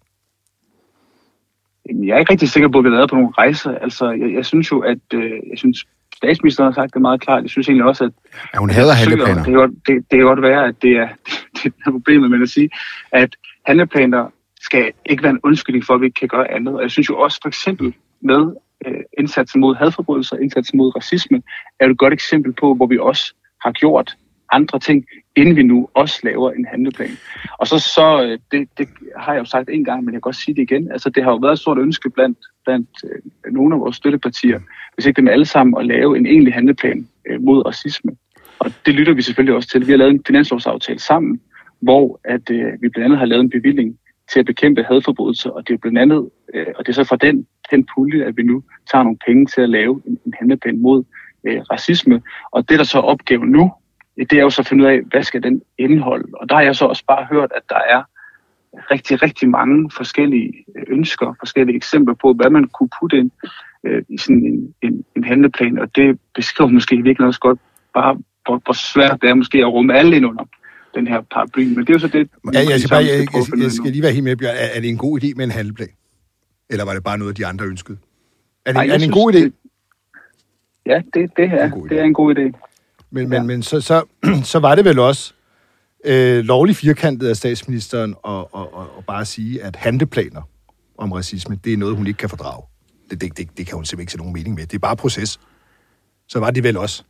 S8: Jeg er ikke rigtig sikker på, at vi har været på nogle rejser. Altså, jeg synes jo, at statsministeren har sagt det meget klart. Jeg synes egentlig også, at
S3: hun hader handleplaner.
S8: Det kan godt være, at det er problemet med at sige, at handleplaner skal ikke være en undskyldning for, at vi ikke kan gøre andet. Og jeg synes jo også for eksempel med indsatsen mod hadforbrydelser, indsatsen mod racisme, er et godt eksempel på, hvor vi også har gjort andre ting, inden vi nu også laver en handleplan. Og så det har jeg jo sagt en gang, men jeg kan godt sige det igen. Altså, det har jo været et stort ønske blandt nogle af vores støttepartier, hvis ikke dem alle sammen, at lave en egentlig handleplan mod racisme. Og det lytter vi selvfølgelig også til. Vi har lavet en finanslovsaftale sammen, hvor at vi blandt andet har lavet en bevilling til at bekæmpe hadforbrydelser, og det er blandt andet, og det er så fra den pulje, at vi nu tager nogle penge til at lave en handleplan mod racisme. Og det, der så er opgaven nu, det er jo så at finde ud af, hvad skal den indeholde. Og der har jeg så også bare hørt, at der er rigtig, rigtig mange forskellige ønsker, forskellige eksempler på, hvad man kunne putte ind i sådan en handleplan. Og det beskriver måske virkelig også godt bare, hvor svært det er måske at rumme alle ind under den her paraply. Men det er jo så det...
S2: Jeg skal lige være helt med, Bjørn. Er det en god idé med en handleplan? Eller var det bare noget, de andre ønskede? Er det en god idé?
S8: Ja, det er en god idé.
S2: Men så var det vel også lovligt firkantet af statsministeren og bare sige, at handleplaner om racisme, det er noget, hun ikke kan fordrage. Det kan hun simpelthen ikke se nogen mening med. Det er bare proces. Så var det vel også.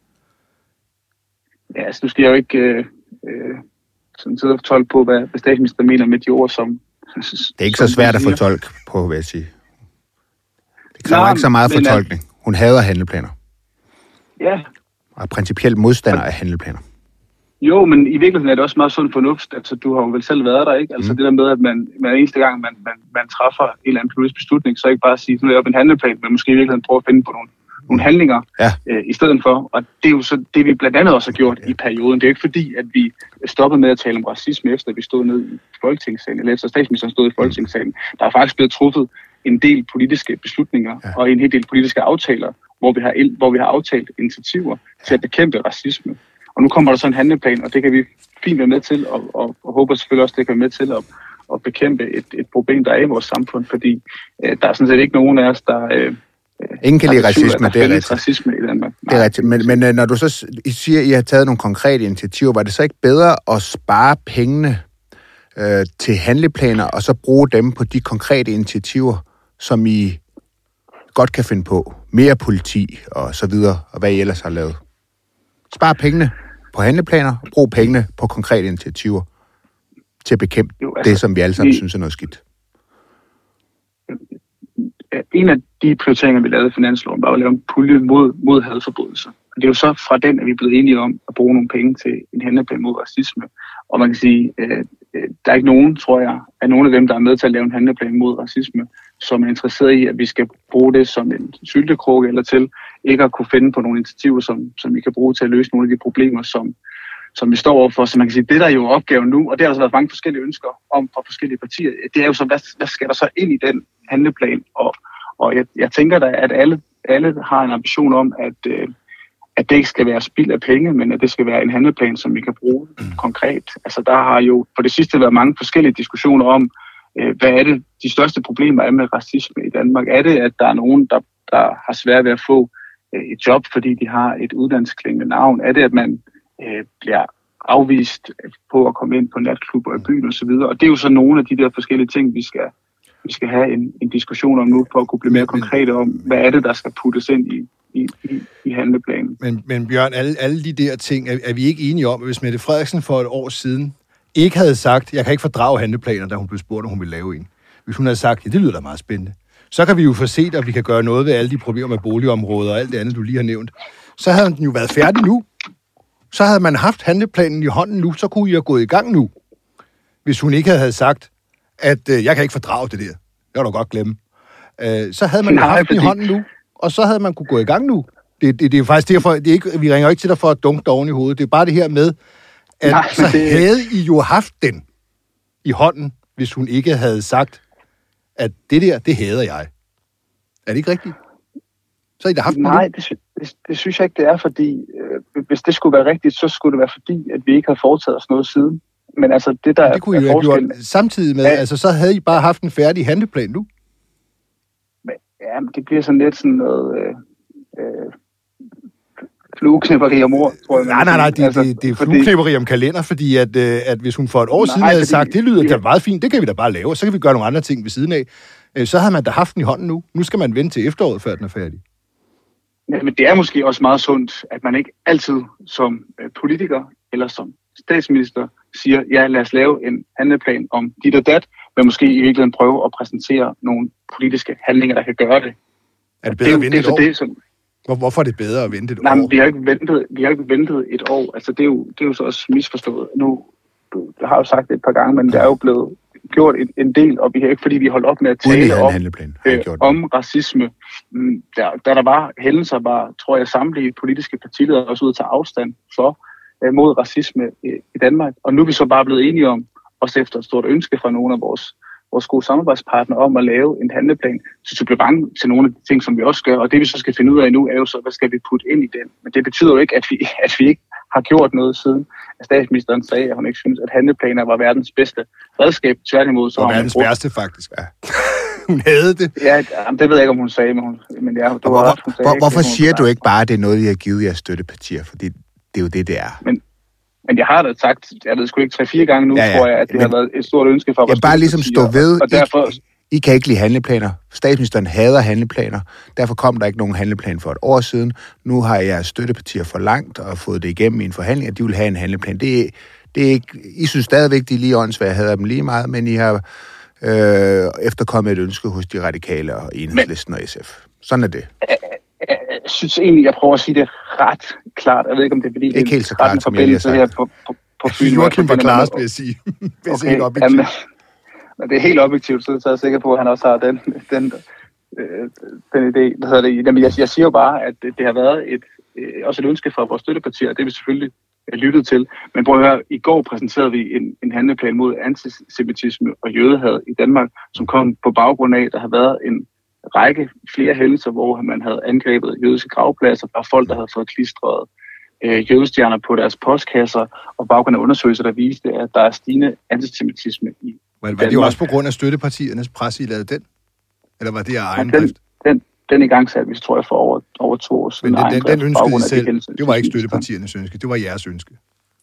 S8: Ja, altså nu skal jeg jo ikke sådan sidde og fortolke på, hvad statsministeren mener med de ord, som...
S3: Det er ikke så svært at fortolke på, vil jeg sige. Det kræver ikke så meget fortolkning. Hun hader handleplaner.
S8: Ja.
S3: Og er principielt modstander af handleplaner.
S8: Jo, men i virkeligheden er det også meget sund fornuft. Altså, du har jo vel selv været der, ikke? Altså det der med, at man eneste gang, man træffer en eller anden politisk beslutning, så ikke bare sige, nu er jeg op en handleplan, men måske i virkeligheden prøve at finde på nogle handlinger i stedet for. Og det er jo så det, vi blandt andet også har gjort i perioden. Det er jo ikke fordi, at vi stoppede med at tale om racisme, efter vi stod ned i Folketingssalen, eller efter statsministeren stod i Folketingssalen. Der er faktisk blevet truffet en del politiske beslutninger og en hel del politiske aftaler, hvor vi har aftalt initiativer til at bekæmpe racisme. Og nu kommer der så en handleplan, og det kan vi fint være med til, og håber selvfølgelig også, det kan være med til at bekæmpe et problem, der er i vores samfund, fordi der er sådan set ikke nogen af os, der...
S3: Ingen kan lide racisme, det er rigtigt.
S8: Racisme i Danmark.
S3: Det er rigtigt, men når du så siger, at I har taget nogle konkrete initiativer, var det så ikke bedre at spare pengene til handleplaner, og så bruge dem på de konkrete initiativer, som I godt kan finde på? Mere politi og så videre, og hvad I ellers har lavet. Spare pengene på handleplaner, og brug pengene på konkrete initiativer til at bekæmpe det, som vi alle sammen synes er noget skidt.
S8: En af de prioriteringer, vi lavede i finansloven, var at lave en pulje mod hadforbrydelser. Og det er jo så fra den, at vi er blevet enige om at bruge nogle penge til en handleplan mod racisme. Og man kan sige, der er ikke nogen, tror jeg, af nogen af dem, der er med til at lave en handleplan mod racisme, som er interesseret i, at vi skal bruge det som en syltekrukke eller til ikke at kunne finde på nogle initiativer, som vi kan bruge til at løse nogle af de problemer, som vi står overfor. Så man kan sige, det der er jo opgaven nu, og det har der så været mange forskellige ønsker om fra forskellige partier, det er jo så, hvad skal der så ind i den handleplan? Og jeg tænker da, at alle har en ambition om, at det ikke skal være spild af penge, men at det skal være en handleplan, som vi kan bruge konkret. Altså der har jo på det sidste været mange forskellige diskussioner om, hvad er det, de største problemer er med racisme i Danmark? Er det, at der er nogen, der har svært ved at få et job, fordi de har et uddannelsesklingende navn? Er det, at man bliver afvist på at komme ind på natklubber i byen osv.? Og det er jo så nogle af de der forskellige ting, vi skal have en diskussion om nu, for at kunne blive mere konkrete om, hvad er det, der skal puttes ind i handleplanen.
S2: Men Bjørn, alle de der ting, er vi ikke enige om, at hvis Mette Frederiksen for et år siden ikke havde sagt, jeg kan ikke fordrage handleplaner, da hun blev spurgt, om hun ville lave en. Hvis hun havde sagt, ja, det lyder da meget spændende, så kan vi jo få set, at vi kan gøre noget ved alle de problemer med boligområder og alt det andet, du lige har nævnt. Så havde den jo været færdig nu. Så havde man haft handleplanen i hånden nu, så kunne I have gået i gang nu. Hvis hun ikke havde sagt, at jeg kan ikke fordrage det der. Det var du godt glemme. Så havde man haft den i hånden nu, og så havde man kunne gå i gang nu. Det er jo faktisk derfor, det er ikke, vi ringer ikke til dig for at dunke dig oven i hovedet. Det er bare det her med, at så havde I jo haft den i hånden, hvis hun ikke havde sagt, at det der, det hader jeg. Er det ikke rigtigt? Så I da haft
S8: Nej, det synes jeg ikke, det er, fordi hvis det skulle være rigtigt, så skulle det være fordi, at vi ikke har foretaget os noget siden. Men altså, det der
S2: det kunne I jo have gjort samtidig med, altså så havde I bare haft en færdig handleplan nu.
S8: Men, ja, men det bliver sådan lidt sådan noget flueknipperi om ord, tror jeg.
S2: Nej, det er flueknipperi om kalender, fordi at hvis hun for et år siden havde sagt, det lyder da meget fint, det kan vi da bare lave, og så kan vi gøre nogle andre ting ved siden af. Så havde man da haft den i hånden nu. Nu skal man vente til efteråret, før den er færdig.
S8: Ja, men det er måske også meget sundt, at man ikke altid som politiker eller som statsminister siger, ja, lad os lave en handleplan om dit og dat, men måske i virkeligheden prøve at præsentere nogle politiske handlinger, der kan gøre det.
S2: Er det bedre at vente et år? Hvorfor er det bedre at vente et år?
S8: Nej, men vi har ikke ventet et år. Altså, det er jo så også misforstået. Nu, jeg har jo sagt det et par gange, men det er jo blevet gjort en del, og vi har ikke, fordi vi holdt op med at tale om racisme. Da der var hændelser, tror jeg, samtlige politiske partiledere også ud at tage afstand mod racisme i Danmark. Og nu er vi så bare blevet enige om, også efter et stort ønske fra nogle af vores gode samarbejdspartnere om at lave en handleplan til supplement til nogle af de ting, som vi også gør. Og det vi så skal finde ud af nu, er jo så, hvad skal vi putte ind i den? Men det betyder jo ikke, at vi ikke har gjort noget siden, at statsministeren sagde, at hun ikke synes, at handleplaner var verdens bedste redskab. Tværtimod, så
S2: var verdens værste, faktisk. Ja. Hun havde det.
S8: Ja, det ved jeg ikke, om hun sagde, men ja, det var hun sagde.
S3: Hvorfor siger du ikke bare, at det er noget, I har givet jeres støttepartier? Fordi det er jo det er.
S8: Men jeg har da sagt, jeg ved sgu ikke 3-4 gange nu, tror jeg, at det har været et stort ønske for vores
S3: bare ligesom stå ved,
S8: og derfor...
S3: I kan ikke lide handleplaner. Statsministeren hader handleplaner. Derfor kom der ikke nogen handleplan for et år siden. Nu har jeres støttepartier forlangt og fået det igennem i en forhandling, at de vil have en handleplan. Det er ikke, I synes stadigvæk, de er lige åndssvagt, hader dem lige meget, men I har efterkommet et ønske hos de radikale og Enhedslisten og SF. Sådan er det.
S8: Jeg synes egentlig, jeg prøver at sige det ret klart. Jeg ved ikke, om det er fordi, det er
S3: helt så klart, som jeg lige har sagt.
S8: Her på Fyn.
S2: Joachim var klarest, vil jeg sige.
S8: Okay, jamen, det er helt objektivt, så er jeg sikker på, at han også har den idé. Hvad hedder det? Jamen, jeg siger jo bare, at det har været også et ønske fra vores støttepartier, og det er vi selvfølgelig lyttet til. Men prøv at høre, i går præsenterede vi en handleplan mod antisemitisme og jødehad i Danmark, som kom på baggrund af, at der har været en række flere hændelser, hvor man havde angrebet jødiske gravpladser, der var folk, der havde fået klistret jødestjerner på deres postkasser, og baggrund af undersøgelser, der viste, at der er stigende antisemitisme i Danmark.
S2: Var det jo også på grund af støttepartiernes presse, I lavede den? Eller var det af egen drift?
S8: Den i gang satte vi, tror jeg, for over 2 år siden.
S2: Men den ønskede I selv. Det var ikke støttepartiernes ønske. Det var jeres ønske.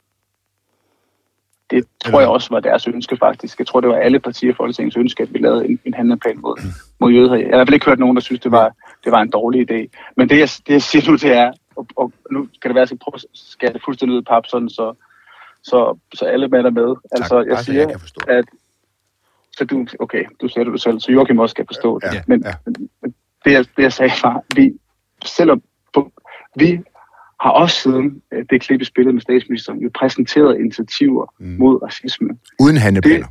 S8: Det tror jeg også var deres ønske, faktisk. Jeg tror, det var alle partier i Folketingets ønske, at vi lavede en handleplan mod jøder. Jeg har i hvert fald ikke hørt nogen, der synes, det var en dårlig idé. Men det jeg siger nu, det er, og nu kan det være, at jeg skal prøve at skære det fuldstændig ud i pap, sådan, så alle med er med. Altså, jeg siger, at så du sagde det du selv, så Joachim også skal forstå det. Ja, men det jeg sagde var, vi har også siden det klip i spillet med statsministeren jo præsenteret initiativer mod racisme.
S3: Uden handleplaner.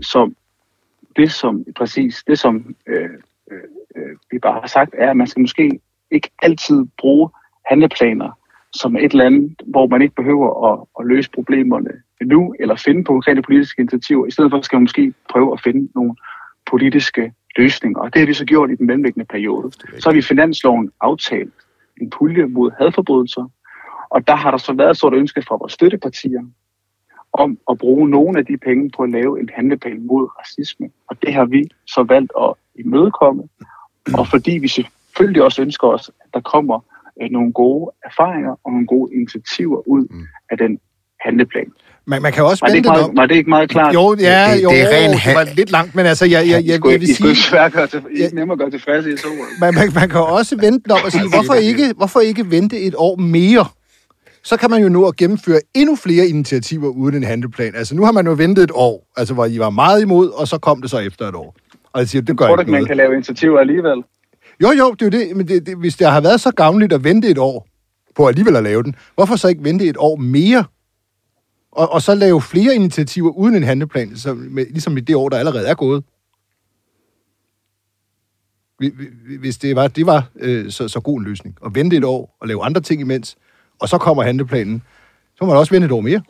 S8: Det som vi bare har sagt, er, at man skal måske ikke altid bruge handleplaner som et eller andet, hvor man ikke behøver at løse problemerne nu, eller finde på konkrete politiske initiativer. I stedet for skal man måske prøve at finde nogle politiske løsninger. Og det har vi så gjort i den mellemliggende periode. Så har vi i finansloven aftalt en pulje mod hadforbrydelser, og der har der så været et stort ønske fra vores støttepartier om at bruge nogle af de penge på at lave en handleplan mod racisme. Og det har vi så valgt at imødekomme, og fordi vi selvfølgelig også ønsker os, at der kommer nogle gode erfaringer og nogle gode initiativer ud af den handleplan.
S2: Man kan også vente det om.
S8: Var det ikke meget klart?
S2: Jo, det var lidt langt, men altså, jeg vil sige...
S8: ikke nemmere gøre tilfreds i solen.
S2: Man kan også vente om at sige, hvorfor ikke vente et år mere? Så kan man jo nu at gennemføre endnu flere initiativer uden en handleplan. Altså, nu har man jo ventet et år, altså hvor I var meget imod, og så kom det så efter et år. Og jeg siger, det gør ikke noget.
S8: Tror du, man kan lave initiativer alligevel?
S2: Jo, det er jo det. Men hvis det har været så gavnligt at vente et år på alligevel at lave den, hvorfor så ikke vente et år mere? Og så lave flere initiativer uden en handleplan, ligesom i det år, der allerede er gået. Hvis det var så god en løsning. At vente et år og lave andre ting imens, og så kommer handleplanen, så må man også vente et år mere.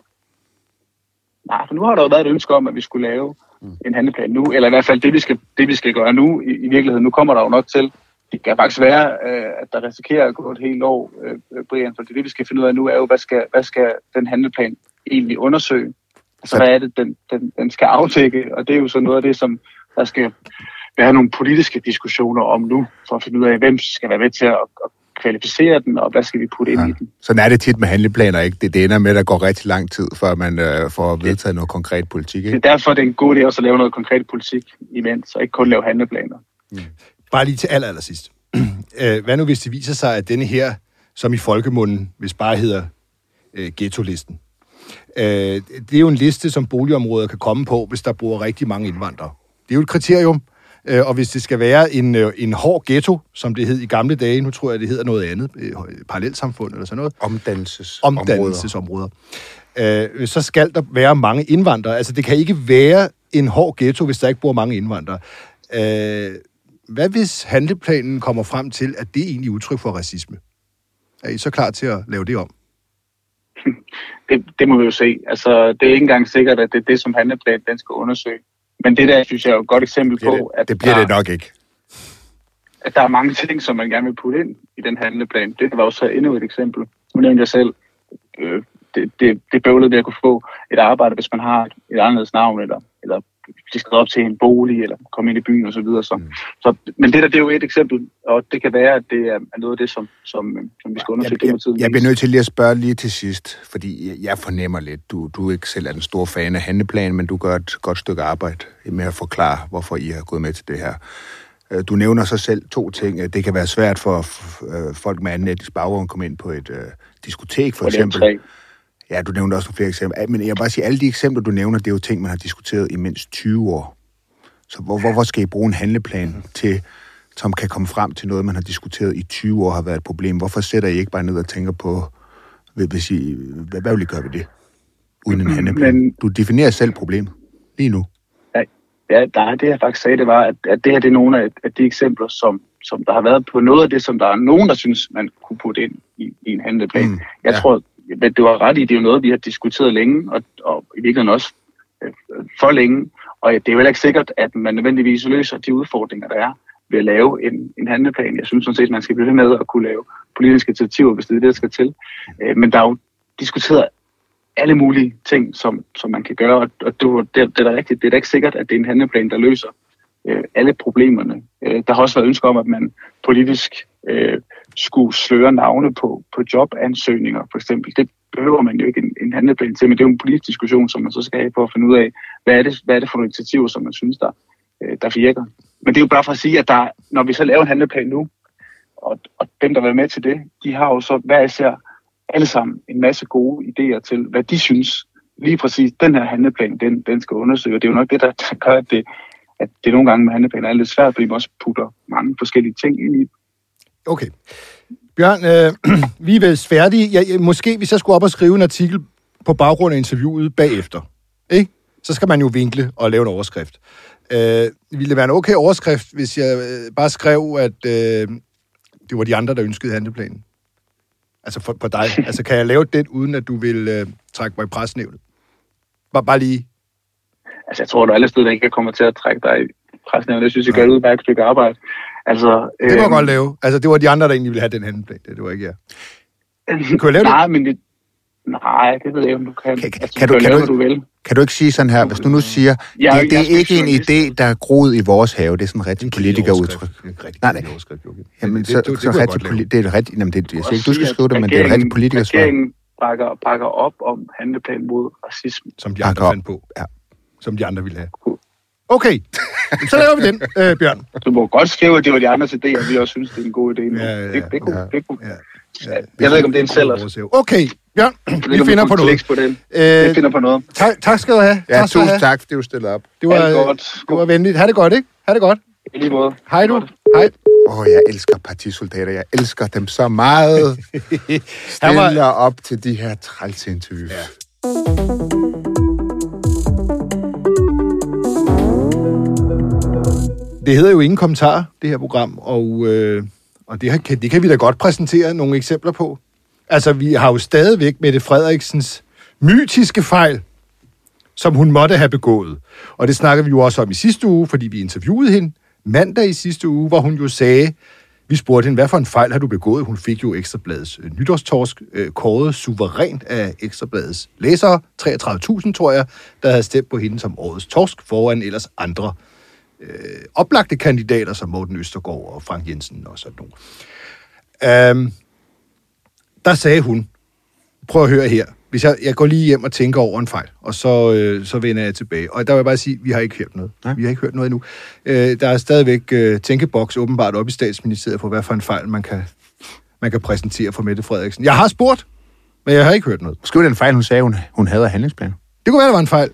S8: Nej, for nu har der jo været et ønske om, at vi skulle lave en handleplan nu, eller i hvert fald det, vi skal gøre nu i virkeligheden. Nu kommer der jo nok til. Det kan faktisk være, at der risikerer at gå et helt år, Brian, for det vi skal finde ud af nu, er jo, hvad skal den handleplan egentlig undersøge? Altså, hvad er det, den skal afdække? Og det er jo så noget af det, som der skal være nogle politiske diskussioner om nu, for at finde ud af, hvem skal være med til at kvalificere den, og hvad skal vi putte ind i den.
S3: Sådan er det tit med handleplaner, ikke? Det ender med, at der går rigtig lang tid, før man får vedtaget noget konkret politik, ikke?
S8: Det er derfor, det er en god idé også at lave noget konkret politik imens, og ikke kun lave handleplaner.
S2: Bare lige til allersidst. Hvad nu, hvis det viser sig, at denne her, som i folkemunden, hvis bare hedder ghetto-listen, det er jo en liste, som boligområder kan komme på, hvis der bor rigtig mange indvandrere. Det er jo et kriterium, og hvis det skal være en hård ghetto, som det hed i gamle dage, nu tror jeg, det hedder noget andet, parallelsamfund eller sådan noget. Omdannelsesområder. Så skal der være mange indvandrere. Altså, det kan ikke være en hård ghetto, hvis der ikke bor mange indvandrere. Hvad hvis handleplanen kommer frem til, at det er egentlig udtryk for racisme? Er I så klar til at lave det om?
S8: Det må vi jo se. Altså, det er ikke engang sikkert, at det er det, som handleplanen den skal undersøge. Men det der, synes jeg, er et godt eksempel på, at
S3: det bliver det nok ikke.
S8: At der er mange ting, som man gerne vil putte ind i den handleplan. Det var også endnu et eksempel. Nu nævnte jeg selv, det bøvlede ved at kunne få et arbejde, hvis man har et anderledes navn, eller de skal op til en bolig, eller komme ind i byen, og så videre. Men det er jo et eksempel, og det kan være, at det er noget af det, som vi skal undersøge.
S3: Jeg bliver nødt til lige at spørge lige til sidst, fordi jeg fornemmer lidt, du ikke selv er den store fan af handleplanen, men du gør et godt stykke arbejde med at forklare, hvorfor I har gået med til det her. Du nævner så selv 2 ting. Det kan være svært for folk med anden etnisk baggrund at komme ind på et diskotek, for eksempel. Ja, du nævnte også nogle flere eksempler. Men jeg vil bare sige, alle de eksempler, du nævner, det er jo ting, man har diskuteret i mindst 20 år. Så hvorfor skal I bruge en handleplan til som kan komme frem til noget, man har diskuteret i 20 år, har været et problem. Hvorfor sætter I ikke bare ned og tænker på, hvad vil I gøre ved det? Uden en handleplan. Du definerer selv problemet lige nu.
S8: Ja, det jeg faktisk sagde, det var, at det her det er nogle af de eksempler, som der har været på noget af det, som der er nogen, der synes, man kunne putte ind i en handleplan. Jeg tror, at det var ret i, det er jo noget, vi har diskuteret længe, og i virkeligheden også for længe. Og det er jo heller ikke sikkert, at man nødvendigvis løser de udfordringer, der er ved at lave en handleplan. Jeg synes sådan set, at man skal blive ved med at kunne lave politiske initiativer, hvis det er det, der skal til. Men der er jo diskuteret alle mulige ting, som man kan gøre, og det er da rigtigt. Det er da ikke sikkert, at det er en handleplan, der løser alle problemerne. Der har også været ønsker om, at man politisk skulle sløre navne på jobansøgninger, for eksempel. Det behøver man jo ikke en handleplan til, men det er jo en politisk diskussion, som man så skal have på at finde ud af, hvad er det for nogle initiativer, som man synes, der virker. Men det er jo bare for at sige, at når vi så laver en handleplan nu, og dem, der vil med til det, de har jo så hver især alle sammen en masse gode idéer til, hvad de synes lige præcis den her handleplan, den skal undersøge. Og det er jo nok det, der gør, at det nogle gange med handleplaner er lidt svært, fordi man også putter mange forskellige ting ind i.
S2: Okay. Bjørn, vi er vel færdige. Måske hvis jeg skulle op og skrive en artikel på baggrund af interviewet bagefter, ikke? Så skal man jo vinkle og lave en overskrift. Ville det være en okay overskrift, hvis jeg bare skrev, at det var de andre, der ønskede handleplanen? Altså på dig. Altså kan jeg lave det, uden at du vil trække mig i presnævnet? Bare lige.
S8: Altså jeg tror, at alle steder, der ikke kommer til at trække dig i presnævnet. Det synes jeg gør et udmærket stykke arbejde. Altså,
S2: det må jeg godt lave. Altså det var de andre, der egentlig ville have den handleplan. Det var ikke jeg. Kan jeg lave det?
S8: Nej, det ved jeg ikke, om du kan.
S3: Kan du ikke sige sådan her, hvis du nu siger, det er ikke en idé, der er groet i vores have, det er sådan en rigtig politikerudtryk. Nej. Jamen, det er et rigtigt, jamen det jeg siger ikke, du skal skrive det, men det er et rigtigt politikersvar.
S8: Regeringen bakker op om handleplan mod racisme.
S2: Som de andre fandt på. Ja. Som de andre ville have. Okay, så laver vi den, Bjørn.
S8: Du må godt skrive, at det var de andres idéer, og vi også synes, det er en god idé. Det kunne. Jeg ved ikke, om det er en selv også.
S2: Okay, Bjørn, vi finder på noget.
S8: Vi finder på noget.
S2: Tak skal du have.
S3: Ja, tusind tak, fordi du stillede op.
S2: Det var venligt. Ha' det godt, ikke? Ha' det godt.
S8: I lige måde.
S2: Hej du. Hej.
S3: Jeg elsker partisoldater. Jeg elsker dem så meget. Stiller op til de her trælsinterviews. Ja.
S2: Det hedder jo ingen kommentar, det her program, og det kan vi da godt præsentere nogle eksempler på. Altså, vi har jo stadigvæk Mette Frederiksens mytiske fejl, som hun måtte have begået. Og det snakker vi jo også om i sidste uge, fordi vi interviewede hende mandag i sidste uge, hvor hun jo sagde, vi spurgte hende, hvad for en fejl har du begået? Hun fik jo Ekstrabladets nytårstorsk kåret suverænt af Ekstrabladets læsere. 33.000, tror jeg, der havde stemt på hende som årets torsk, foran ellers andre oplagte kandidater, som Morten Østergaard og Frank Jensen og sådan nogle. Der sagde hun, prøv at høre her, hvis jeg går lige hjem og tænker over en fejl, og så vender jeg tilbage. Og der vil jeg bare sige, vi har ikke hørt noget. Ja. Vi har ikke hørt noget endnu. Der er stadigvæk tænkeboks åbenbart op i Statsministeriet for, hvad for en fejl man kan præsentere for Mette Frederiksen. Jeg har spurgt, men jeg har ikke hørt noget.
S3: Måske var det en fejl, hun sagde, hun havde af handlingsplaner.
S2: Det kunne være, der var en fejl.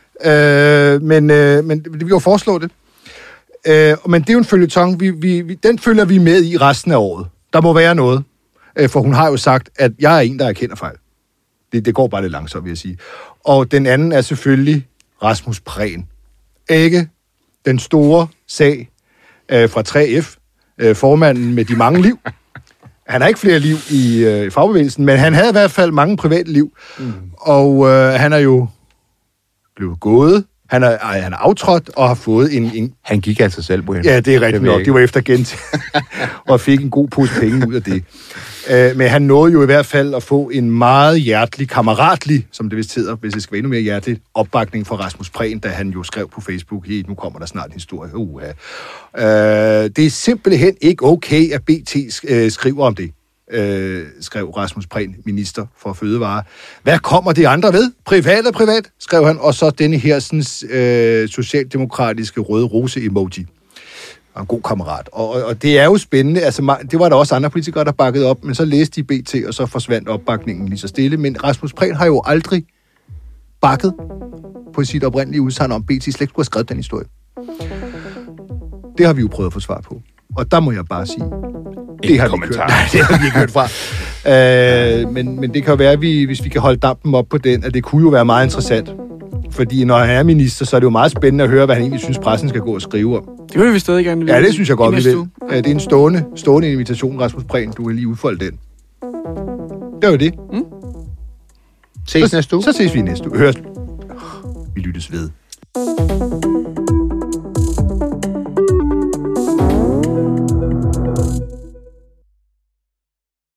S2: Men vi kan jo foreslå det. Men det er jo en føljeton. Den følger vi med i resten af året. Der må være noget. For hun har jo sagt, at jeg er en, der erkender fejl. Det går bare lidt langsomt, vil jeg sige. Og den anden er selvfølgelig Rasmus Prehn. Ikke den store sag fra 3F. Formanden med de mange liv. Han har ikke flere liv i fagbevægelsen, men han havde i hvert fald mange private liv. Og han er jo blevet gået. Han er aftrådt og har fået en...
S3: Han gik altså selv på hende.
S2: Ja, det er rigtigt nok. Det var efter Gent. Og fik en god pose penge ud af det. Men han nåede jo i hvert fald at få en meget hjertelig, kammeratlig, som det vist hedder, hvis det skal være endnu mere hjerteligt, opbakning fra Rasmus Prehn, da han jo skrev på Facebook, hey, nu kommer der snart en historie. Det er simpelthen ikke okay, at BT skriver om det. Skrev Rasmus Prehn, minister for Fødevare. Hvad kommer de andre ved? Privat er privat, skrev han, og så denne her socialdemokratiske røde rose-emoji. En god kammerat. Og det er jo spændende. Altså, det var der også andre politikere, der bakkede op, men så læste de BT, og så forsvandt opbakningen lige så stille. Men Rasmus Prehn har jo aldrig bakket på sit oprindelige udsagn om, BT slet ikke skulle have skrevet den historie. Det har vi jo prøvet at få svar på. Og der må jeg bare sige, det har vi ikke hørt. Nej, det har vi ikke hørt fra. Men det kan jo være, hvis vi kan holde dampen op på den, at det kunne jo være meget interessant. Fordi når han er minister, så er det jo meget spændende at høre, hvad han egentlig synes, pressen skal gå og skrive om.
S7: Det vil vi stadig gerne vide.
S2: Ja, det synes jeg godt, vi vil. Det er en stående invitation, Rasmus Prehn. Du kan lige udfolde den. Det var jo det.
S3: Ses næste uge.
S2: Så ses vi næste uge. Høres. Vi lyttes ved.